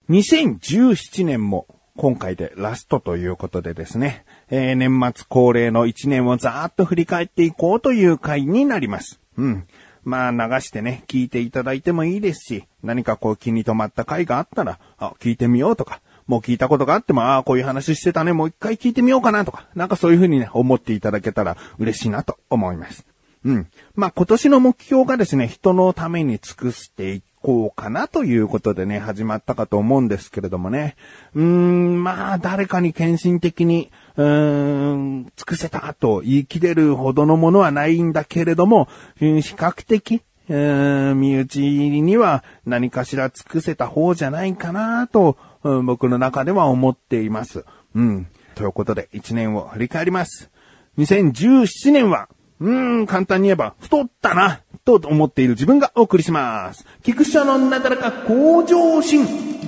2017年も今回でラストということでですね、年末恒例の1年をざーっと振り返っていこうという回になります。まあ流してね、聞いていただいてもいいですし、何かこう気に留まった回があったら、聞いてみようとか、もう聞いたことがあっても、こういう話してたね、もう一回聞いてみようかなとか、なんかそういう風にね、思っていただけたら嬉しいなと思います。まあ今年の目標がですね、人のために尽くしていこうかなということでね、始まったかと思うんですけれどもね。まあ誰かに献身的に、尽くせたと言い切れるほどのものはないんだけれども、比較的、身内には何かしら尽くせた方じゃないかなと、僕の中では思っています。ということで1年を振り返ります。2017年は、簡単に言えば、太ったな、と思っている自分がお送りします。菊池のなだらか向上心。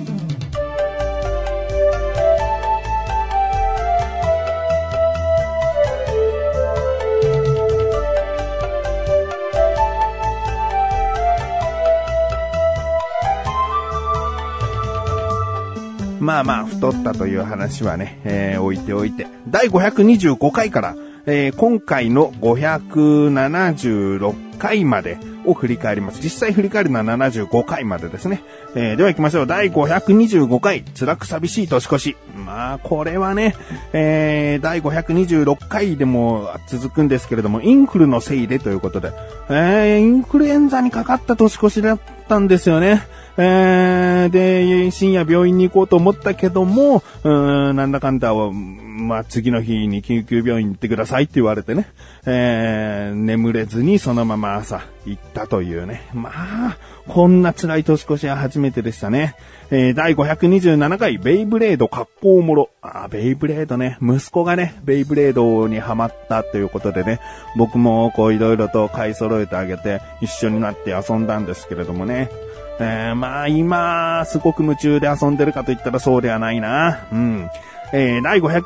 まあまあ、太ったという話はね、置いておいて、第525回から、今回の576回までを振り返ります。実際振り返るのは75回までですね。では行きましょう。第525回、辛く寂しい年越し。まあ、これはね、第526回でも続くんですけれども、インフルのせいでということで、インフルエンザにかかった年越しだったんですよね。で、深夜病院に行こうと思ったけども、なんだかんだを、まあ、次の日に救急病院に行ってくださいって言われてね、眠れずにそのまま朝行ったというね。まあ、こんな辛い年越しは初めてでしたね。第527回、ベイブレード格好おもろ。ベイブレードね、息子がね、ベイブレードにハマったということでね、僕もこういろいろと買い揃えてあげて、一緒になって遊んだんですけれどもね。まあ今、すごく夢中で遊んでるかと言ったらそうではないな。第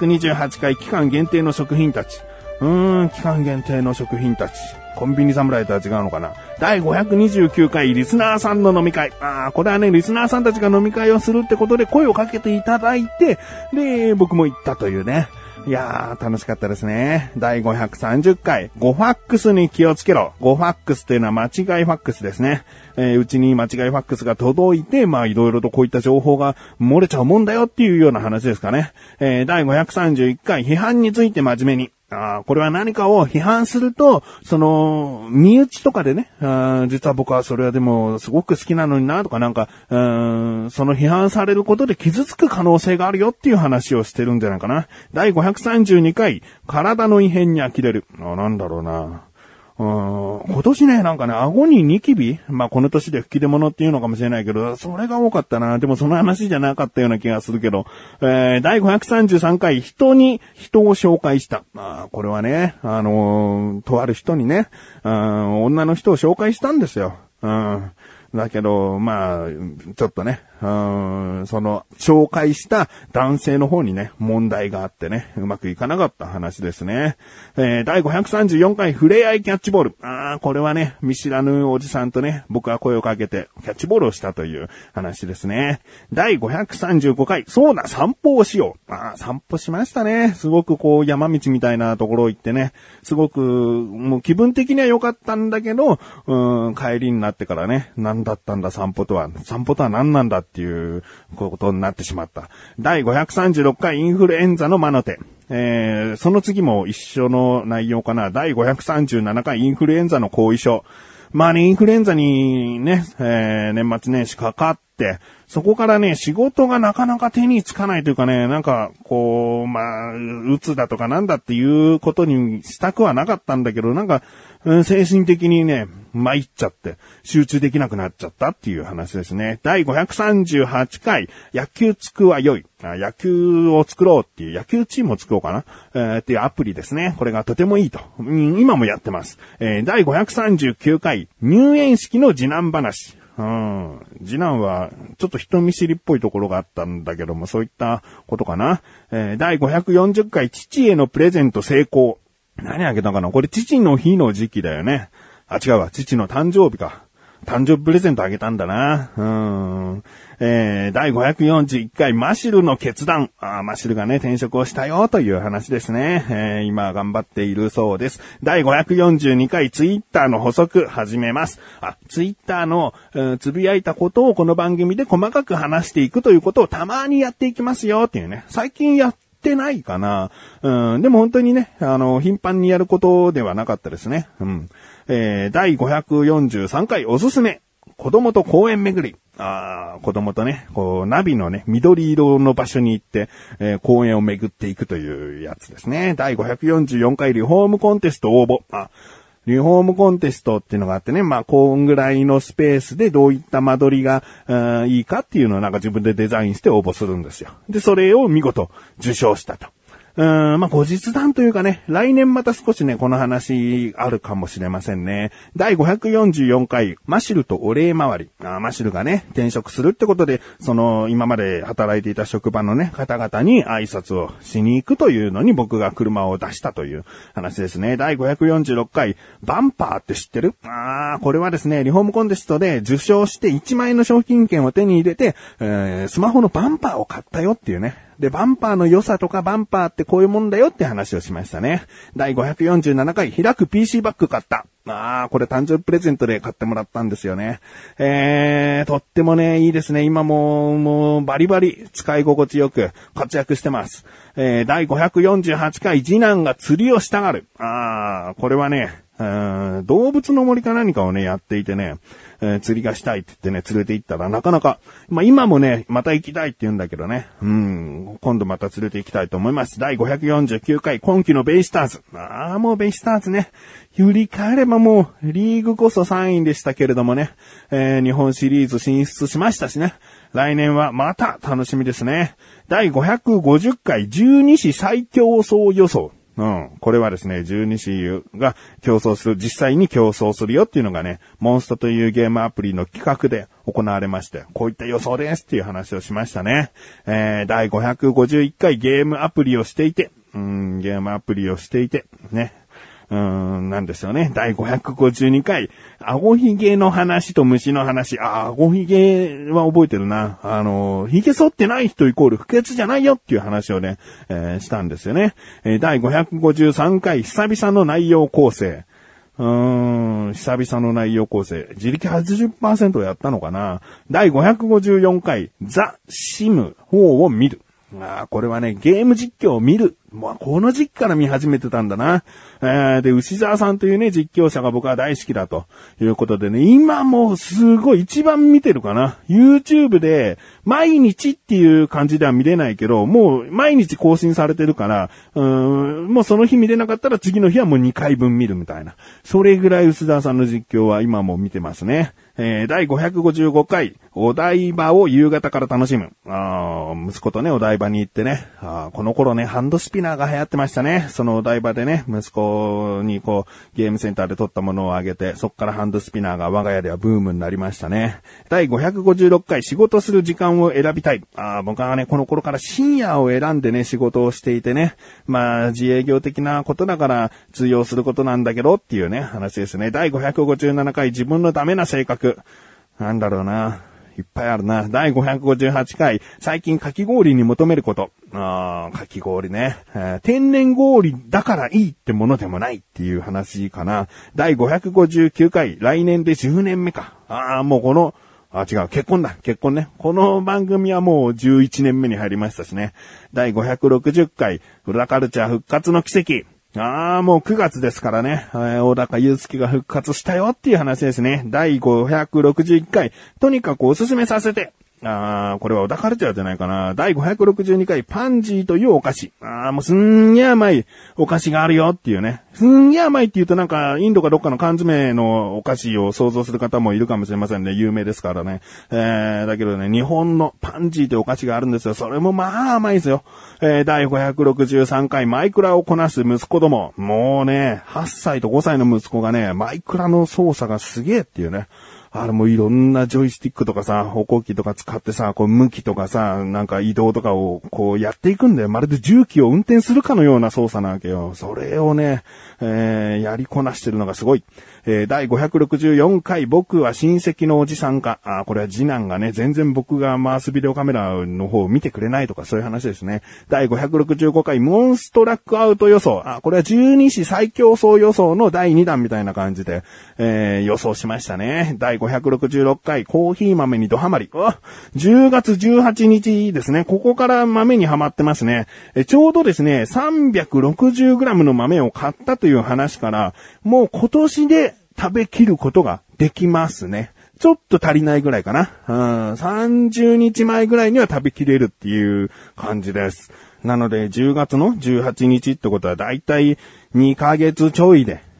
528回期間限定の食品たち。期間限定の食品たち。コンビニ侍とは違うのかな。第529回リスナーさんの飲み会。これはね、リスナーさんたちが飲み会をするってことで声をかけていただいて、で、僕も行ったというね。いやー、楽しかったですね。第530回、5ファックスに気をつけろ。5ファックスというのは間違いファックスですね。うちに間違いファックスが届いて、まあいろいろとこういった情報が漏れちゃうもんだよっていうような話ですかね。第531回、批判について真面目に。これは何かを批判すると、身内とかでね、実は僕はそれはでもすごく好きなのになとかなんか、その批判されることで傷つく可能性があるよっていう話をしてるんじゃないかな。第532回、体の異変に呆れる。なんだろうな。今年ね、なんかね、顎にニキビ？まあ、この年で吹き出物っていうのかもしれないけど、それが多かったな。でもその話じゃなかったような気がするけど、第533回、人に人を紹介した。これはね、とある人にね、女の人を紹介したんですよ。だけど、まあ、ちょっとね、紹介した男性の方にね、問題があってね、うまくいかなかった話ですね。第534回、ふれあいキャッチボール。これはね、見知らぬおじさんとね、僕が声をかけて、キャッチボールをしたという話ですね。第535回、そうだ、散歩をしよう。散歩しましたね。すごくこう、山道みたいなところ行ってね、すごく、もう気分的には良かったんだけど、帰りになってからね、何だったんだ散歩とは何なんだっていうことになってしまった。第536回インフルエンザの魔の手。その次も一緒の内容かな。第537回インフルエンザの後遺症。まあね、インフルエンザにね、年末年始かかって、そこからね、仕事がなかなか手につかないというかね、なんか、こう、まあ、うつだとかなんだっていうことにしたくはなかったんだけど、なんか、精神的にね、参っちゃって、集中できなくなっちゃったっていう話ですね。第538回、野球つくは良い。野球を作ろうっていう、野球チームを作ろうかな、っていうアプリですね。これがとてもいいと。今もやってます。第539回、入園式の次男話。次男はちょっと人見知りっぽいところがあったんだけども、そういったことかな。第540回、父へのプレゼント成功。何あげたかな、これ父の日の時期だよね。違うわ、父の誕生日か。 誕生日プレゼントあげたんだな。第541回マシルの決断。マシルがね、転職をしたよという話ですね。今頑張っているそうです。第542回ツイッターの補足始めます。ツイッターの、つぶやいたことをこの番組で細かく話していくということをたまにやっていきますよっていうね。最近やってないかな。でも本当にね、頻繁にやることではなかったですね。第543回おすすめ。子供と公園巡り。子供とね、こう、ナビのね、緑色の場所に行って、公園を巡っていくというやつですね。第544回リフォームコンテスト応募。リフォームコンテストっていうのがあってね、こんぐらいのスペースでどういった間取りがいいかっていうのをなんか自分でデザインして応募するんですよ。で、それを見事受賞したと。後日談というかね、来年また少しね、この話あるかもしれませんね。第544回、マシルとお礼回り。マシルがね、転職するってことで、今まで働いていた職場のね、方々に挨拶をしに行くというのに僕が車を出したという話ですね。第546回、バンパーって知ってる？これはですね、リフォームコンテストで受賞して1万円の商品券を手に入れて、スマホのバンパーを買ったよっていうね。で、バンパーの良さとかバンパーってこういうもんだよって話をしましたね。第547回、開く PC バッグ買った。これ誕生日プレゼントで買ってもらったんですよね。とってもね、いいですね。今もうバリバリ使い心地よく活躍してます。第548回、次男が釣りをしたがる。これはね、動物の森か何かをね、やっていてね、釣りがしたいって言ってね、連れて行ったらなかなか、今もね、また行きたいって言うんだけどね、今度また連れて行きたいと思います。第549回、今季のベイスターズ。もうベイスターズね、振り返ればもう、リーグこそ3位でしたけれどもね、日本シリーズ進出しましたしね、来年はまた楽しみですね。第550回、12市最強争予想。これはですね、12市が競争する、実際に競争するよっていうのがね、モンストというゲームアプリの企画で行われまして、こういった予想ですっていう話をしましたね。第551回ゲームアプリをしていて、ね。なんですよね。第552回、アゴヒゲの話と虫の話。アゴヒゲは覚えてるな。ヒゲ剃ってない人イコール不潔じゃないよっていう話をね、したんですよね。第553回、久々の内容構成。久々の内容構成。自力 80% やったのかな。第554回、ザ・シム4を見る。これはね、ゲーム実況を見る。この時期から見始めてたんだな。で、牛沢さんというね、実況者が僕は大好きだということでね、今もうすごい一番見てるかな。YouTube で、毎日っていう感じでは見れないけど、もう毎日更新されてるから、もうその日見れなかったら次の日はもう2回分見るみたいな。それぐらい牛沢さんの実況は今も見てますね。第555回、お台場を夕方から楽しむ。息子とね、お台場に行ってね、この頃ね、ハンドスピナーが流行ってましたね。そのお台場でね、息子にこう、ゲームセンターで撮ったものをあげて、そっからハンドスピナーが我が家ではブームになりましたね。第556回、仕事する時間を選びたい。僕はね、この頃から深夜を選んでね、仕事をしていてね、自営業的なことだから通用することなんだけどっていうね、話ですね。第557回、自分のダメな性格。なんだろうな。いっぱいあるな。第558回、最近かき氷に求めること。かき氷ね、天然氷だからいいってものでもないっていう話かな。第559回、来年で10年目か。もうこの、違う、結婚ね。この番組はもう11年目に入りましたしね。第560回、裏カルチャー復活の奇跡。もう9月ですからね。小高祐介が復活したよっていう話ですね。第561回、とにかくおすすめさせて。これは小高カルチャーじゃないかな。第562回、パンジーというお菓子。もうすんげー甘いお菓子があるよっていうね。すんげー甘いって言うとなんか、インドかどっかの缶詰のお菓子を想像する方もいるかもしれませんね。有名ですからね。だけどね、日本のパンジーというお菓子があるんですよ。それも甘いですよ。第563回、マイクラをこなす息子ども。もうね、8歳と5歳の息子がね、マイクラの操作がすげえっていうね。 あれもいろんなジョイスティックとかさ、歩行器とか使ってさ、こう向きとかさ、なんか移動とかをこうやっていくんだよ。まるで重機を運転するかのような操作なわけよ。それをね、やりこなしてるのがすごい。第564回僕は親戚のおじさんか。これは次男がね、全然僕が回すビデオカメラの方を見てくれないとかそういう話ですね。第565回モンストラックアウト予想。これは十二支最強走予想の第2弾みたいな感じで、予想しましたね。第566回コーヒー豆にドハマり。10月18日ですね。ここから豆にハマってますね。ちょうどですね、360g の豆を買ったという話から、もう今年で食べきることができますね。ちょっと足りないぐらいかな。30日前ぐらいには食べきれるっていう感じです。なので10月の18日ってことはだいたい2ヶ月ちょいで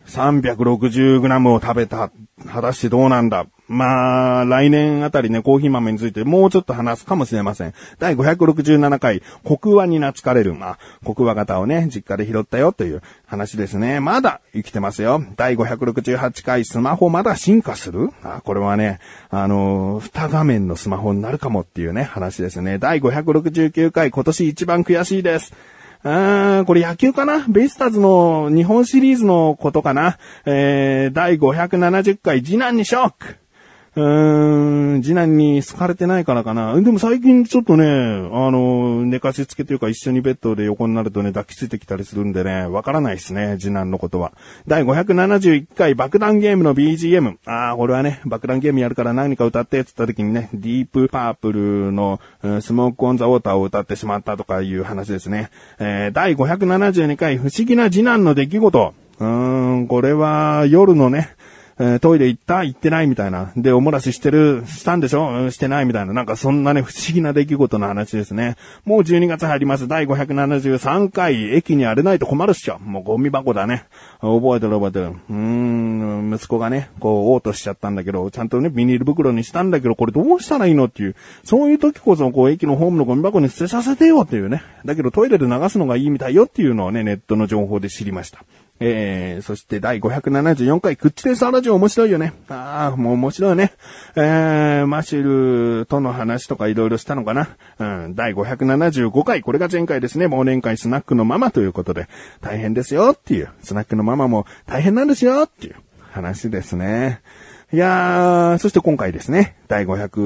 360g を食べた。果たしてどうなんだ。まあ、来年あたりね、コーヒー豆についてもうちょっと話すかもしれません。第567回、国話に懐かれる。国話型をね、実家で拾ったよという話ですね。まだ生きてますよ。第568回、スマホまだ進化する？これはね、2画面のスマホになるかもっていうね、話ですね。第569回、今年一番悔しいです。これ野球かな？ベイスターズの日本シリーズのことかな？第570回、次男にショック。次男に好かれてないからかな。でも最近ちょっとね、寝かしつけというか一緒にベッドで横になるとね、抱きついてきたりするんでね、わからないですね、次男のことは。第571回爆弾ゲームの BGM。これはね、爆弾ゲームやるから何か歌ってって言った時にね、ディープパープルのスモークオンザウォーターを歌ってしまったとかいう話ですね。第572回不思議な次男の出来事。これは夜のね、トイレ行ってないみたいな。で、お漏らししたんでしょ？してないみたいな。なんかそんなね、不思議な出来事の話ですね。もう12月入ります。第573回、駅にあれないと困るっしょ。もうゴミ箱だね。覚えてる。息子がね、こう、嘔吐しちゃったんだけど、ちゃんとね、ビニール袋にしたんだけど、これどうしたらいいのっていう。そういう時こそ、こう、駅のホームのゴミ箱に捨てさせてよっていうね。だけどトイレで流すのがいいみたいよっていうのをね、ネットの情報で知りました。そして第574回、クッチレスラジオ面白いよね。もう面白いね。マシュルとの話とかいろいろしたのかな。第575回、これが前回ですね。忘年会スナックのママということで、大変ですよっていう、スナックのママも大変なんですよっていう話ですね。いやー、そして今回ですね、第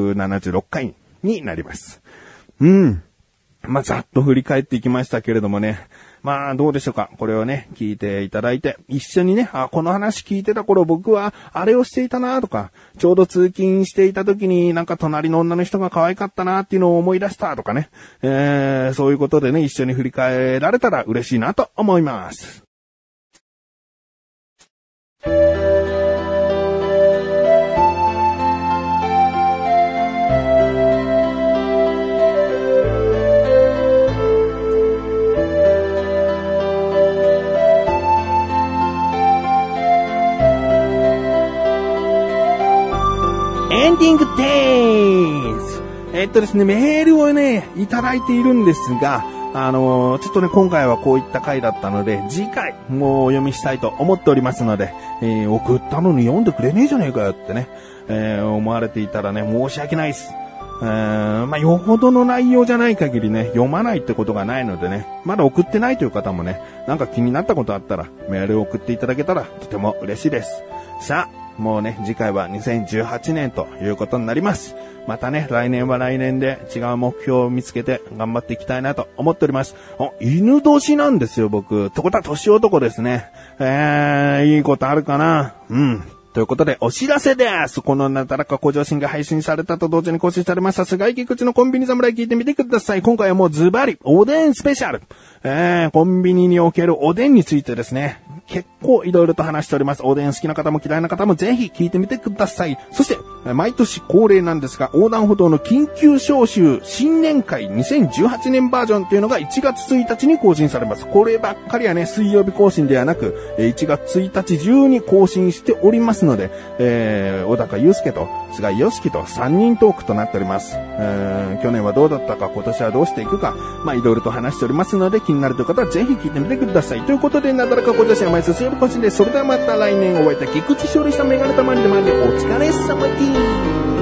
576回になります。ざっと振り返っていきましたけれどもね。どうでしょうか。これをね、聞いていただいて、一緒にね、この話聞いてた頃僕はあれをしていたなとか、ちょうど通勤していた時になんか隣の女の人が可愛かったなっていうのを思い出したとかね。そういうことでね、一緒に振り返られたら嬉しいなと思います。エンディングですね、メールをね、いただいているんですが、ちょっとね、今回はこういった回だったので、次回もうお読みしたいと思っておりますので、送ったのに読んでくれねえじゃねえかよってね、思われていたらね、申し訳ないです。よほどの内容じゃない限りね、読まないってことがないのでね、まだ送ってないという方もね、なんか気になったことあったら、メールを送っていただけたらとても嬉しいです。さあ、もうね、次回は2018年ということになります。またね、来年は来年で違う目標を見つけて頑張っていきたいなと思っております。犬年なんですよ、僕。ってことは年男ですね。いいことあるかな？ということで、お知らせです。このなだらか向上心が配信されたと同時に更新されました、菅井菊池のコンビニ侍聞いてみてください。今回はもうズバリ、おでんスペシャル。コンビニにおけるおでんについてですね、結構いろいろと話しております。おでん好きな方も嫌いな方もぜひ聞いてみてください。そして、毎年恒例なんですが、横断歩道の緊急招集新年会2018年バージョンっていうのが1月1日に更新されます。こればっかりはね、水曜日更新ではなく、1月1日中に更新しておりますますので、小高祐介と菅井良樹と3人トークとなっております。去年はどうだったか、今年はどうしていくか、いろいろと話しておりますので、気になるという方はぜひ聞いてみてください。ということで、なだらか小女子は毎週水曜日更新です。それではまた来年お会いいた菊池勝利したメガネたまりでまでお疲れ様です。